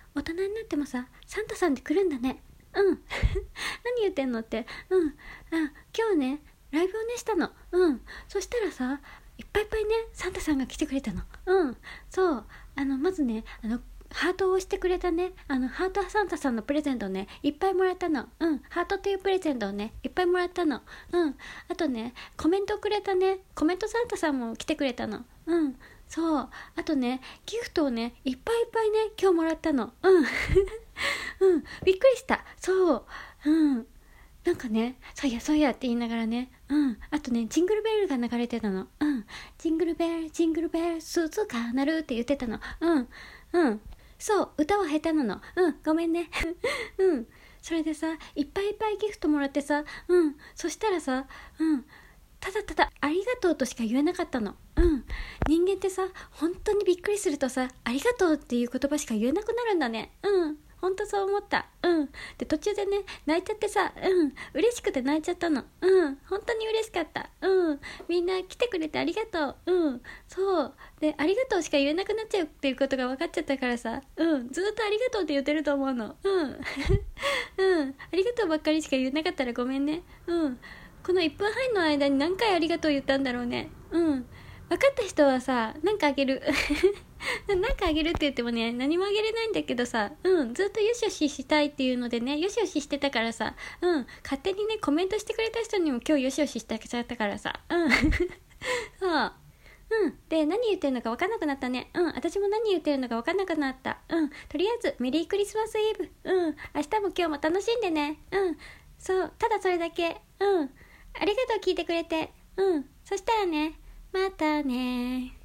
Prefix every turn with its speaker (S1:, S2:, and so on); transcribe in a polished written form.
S1: 大人になってもさ、サンタさんって来るんだね。うん。何言ってんのって。今日ね、ライブをねしたの。そしたらさ、いっぱいいっぱいね、サンタさんが来てくれたの。そう。まずね、ハートを押してくれたね、ハートサンタさんのプレゼントをね、いっぱいもらったの。ハートっていうプレゼントをね、いっぱいもらったの。あとね、コメントをくれたね、コメントサンタさんも来てくれたの。そう。あとね、ギフトをね、いっぱいいっぱいね、今日もらったの。びっくりした。そう。なんかね、そうやって言いながらね、あとね、ジングルベルが流れてたの。ジングルベル、ジングルベル、鈴が鳴るって言ってたの。そう、歌は下手なの。ごめんね。それでさ、いっぱいいっぱいギフトもらってさ、そしたらさ、ただただありがとうとしか言えなかったの。人間ってさ、本当にびっくりするとさ、ありがとうっていう言葉しか言えなくなるんだね。本当そう思った。で、途中でね、泣いちゃってさ、嬉しくて泣いちゃったの。本当に嬉しかった。みんな来てくれてありがとう。そう。で、ありがとうしか言えなくなっちゃうっていうことが分かっちゃったからさ、ずっとありがとうって言ってると思うの。ありがとうばっかりしか言えなかったらごめんね。この1分半の間に何回ありがとう言ったんだろうね。分かった人はさ、なんかあげる。なんかあげるって言ってもね、何もあげれないんだけどさ、ずっとよしよししたいっていうのでね、よしよししてたからさ、勝手にね、コメントしてくれた人にも今日よしよししてちゃったからさ、そう。で、何言ってるのか分かんなくなったね。私も何言ってるのか分かんなくなった。とりあえず、メリークリスマスイブ。明日も今日も楽しんでね。そう、ただそれだけ。ありがとう聞いてくれて。そしたらね、またね。